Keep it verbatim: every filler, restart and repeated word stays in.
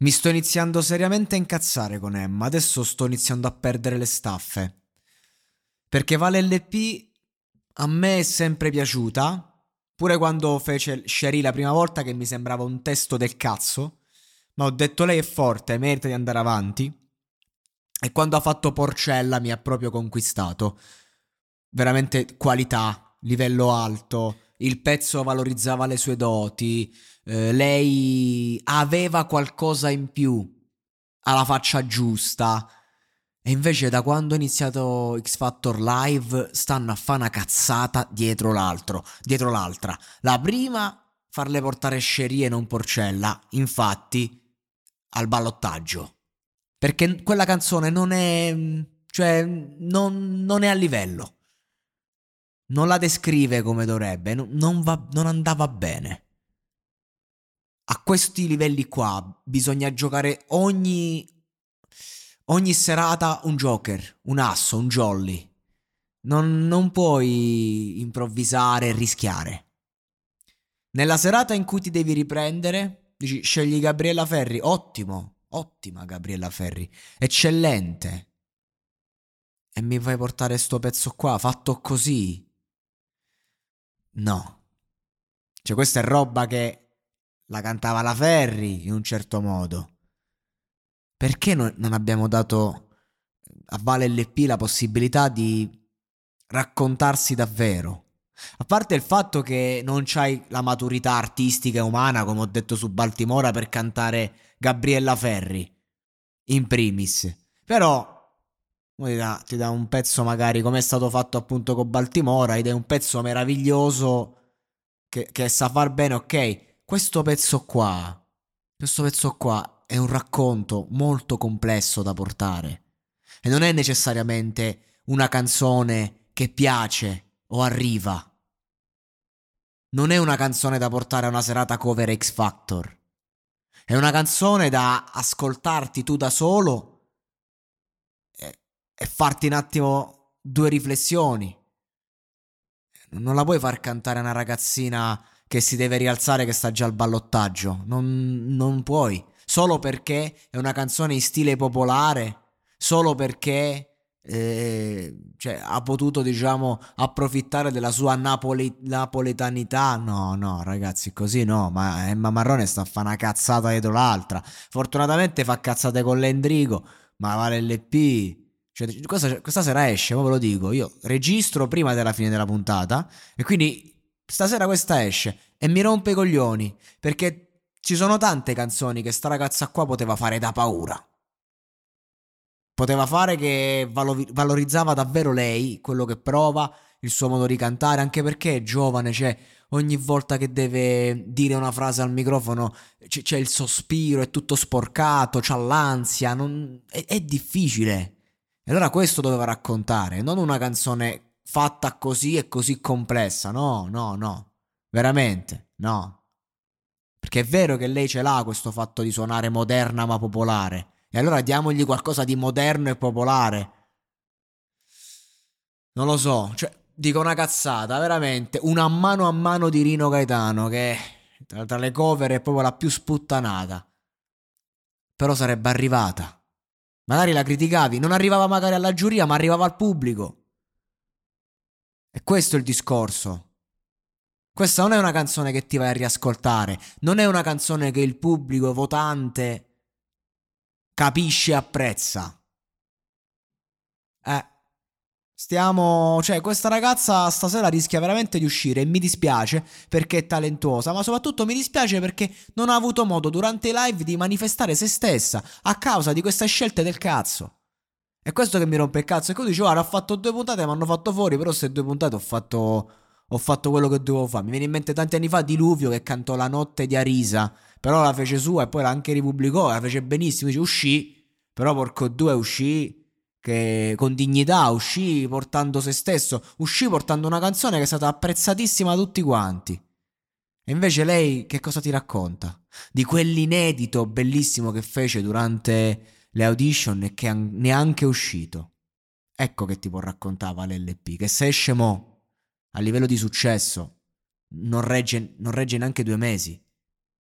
Mi sto iniziando seriamente a incazzare con Emma, adesso sto iniziando a perdere le staffe. Perché Vale L P a me è sempre piaciuta, pure quando fece Sherry la prima volta che mi sembrava un testo del cazzo, ma ho detto lei è forte, merita di andare avanti. E quando ha fatto Porcella mi ha proprio conquistato. Veramente qualità, livello alto, il pezzo valorizzava le sue doti, eh, lei aveva qualcosa in più, ha la faccia giusta. E invece da quando è iniziato X Factor Live stanno a fare una cazzata dietro l'altro, dietro l'altra. La prima, farle portare Sherry e non Porcella, infatti al ballottaggio. Perché quella canzone non è, cioè non, non è a livello. Non la descrive come dovrebbe, non, non va, non andava bene. A questi livelli qua bisogna giocare ogni ogni serata un joker, un asso, un jolly. Non, non puoi improvvisare e rischiare. Nella serata in cui ti devi riprendere, dici scegli Gabriella Ferri, ottimo, ottima Gabriella Ferri, eccellente. E mi fai portare sto pezzo qua, fatto così? No. Cioè questa è roba che la cantava la Ferri in un certo modo. Perché no- non abbiamo dato a Vale L P la possibilità di raccontarsi davvero? A parte il fatto che non c'hai la maturità artistica e umana, come ho detto su Baltimora, per cantare Gabriella Ferri, in primis. Però ti dà, ti dà un pezzo magari come è stato fatto appunto con Baltimora, ed è un pezzo meraviglioso che, che sa far bene, ok. Questo pezzo qua, questo pezzo qua è un racconto molto complesso da portare. E non è necessariamente una canzone che piace o arriva. Non è una canzone da portare a una serata cover X Factor. È una canzone da ascoltarti tu da solo e, e farti un attimo due riflessioni. Non la puoi far cantare a una ragazzina che si deve rialzare, che sta già al ballottaggio. Non, non puoi. Solo perché è una canzone in stile popolare. Solo perché eh, cioè, ha potuto, diciamo, approfittare della sua napoli- napoletanità. No, no, ragazzi, così no. Ma Emma Marrone sta a fare una cazzata dietro l'altra. Fortunatamente fa cazzate con l'Endrigo. Ma Vale L P. Cioè, questa, questa sera esce, ma ve lo dico, io registro prima della fine della puntata e quindi stasera questa esce e mi rompe i coglioni perché ci sono tante canzoni che sta ragazza qua poteva fare da paura. Poteva fare che valo- valorizzava davvero lei, quello che prova, il suo modo di cantare, anche perché è giovane, cioè ogni volta che deve dire una frase al microfono c- c'è il sospiro, è tutto sporcato, c'ha l'ansia, non- è, è difficile. E allora questo doveva raccontare, non una canzone fatta così e così complessa, no, no, no, veramente, no. Perché è vero che lei ce l'ha questo fatto di suonare moderna ma popolare. E allora diamogli qualcosa di moderno e popolare. Non lo so, cioè, dico una cazzata, veramente. Una mano a mano di Rino Gaetano, che tra, tra le cover è proprio la più sputtanata. Però sarebbe arrivata. Magari la criticavi, non arrivava magari alla giuria, ma arrivava al pubblico. E questo è il discorso. Questa non è una canzone che ti vai a riascoltare, non è una canzone che il pubblico votante capisce e apprezza. Eh, stiamo, cioè, questa ragazza stasera rischia veramente di uscire e mi dispiace perché è talentuosa, ma soprattutto mi dispiace perché non ha avuto modo durante i live di manifestare se stessa a causa di queste scelte del cazzo. È questo che mi rompe il cazzo. E così dice, guarda, ho fatto due puntate, mi hanno fatto fuori, però queste due puntate ho fatto, ho fatto quello che dovevo fare. Mi viene in mente tanti anni fa Diluvio che cantò La notte di Arisa, però la fece sua e poi la anche ripubblicò, la fece benissimo, dice uscì, però porco due uscì che con dignità, uscì portando se stesso, uscì portando una canzone che è stata apprezzatissima da tutti quanti. E invece lei che cosa ti racconta? Di quell'inedito bellissimo che fece durante le audition e che an- neanche è uscito. Ecco che ti può raccontare l'L P, che se esce mo a livello di successo non regge, non regge neanche due mesi.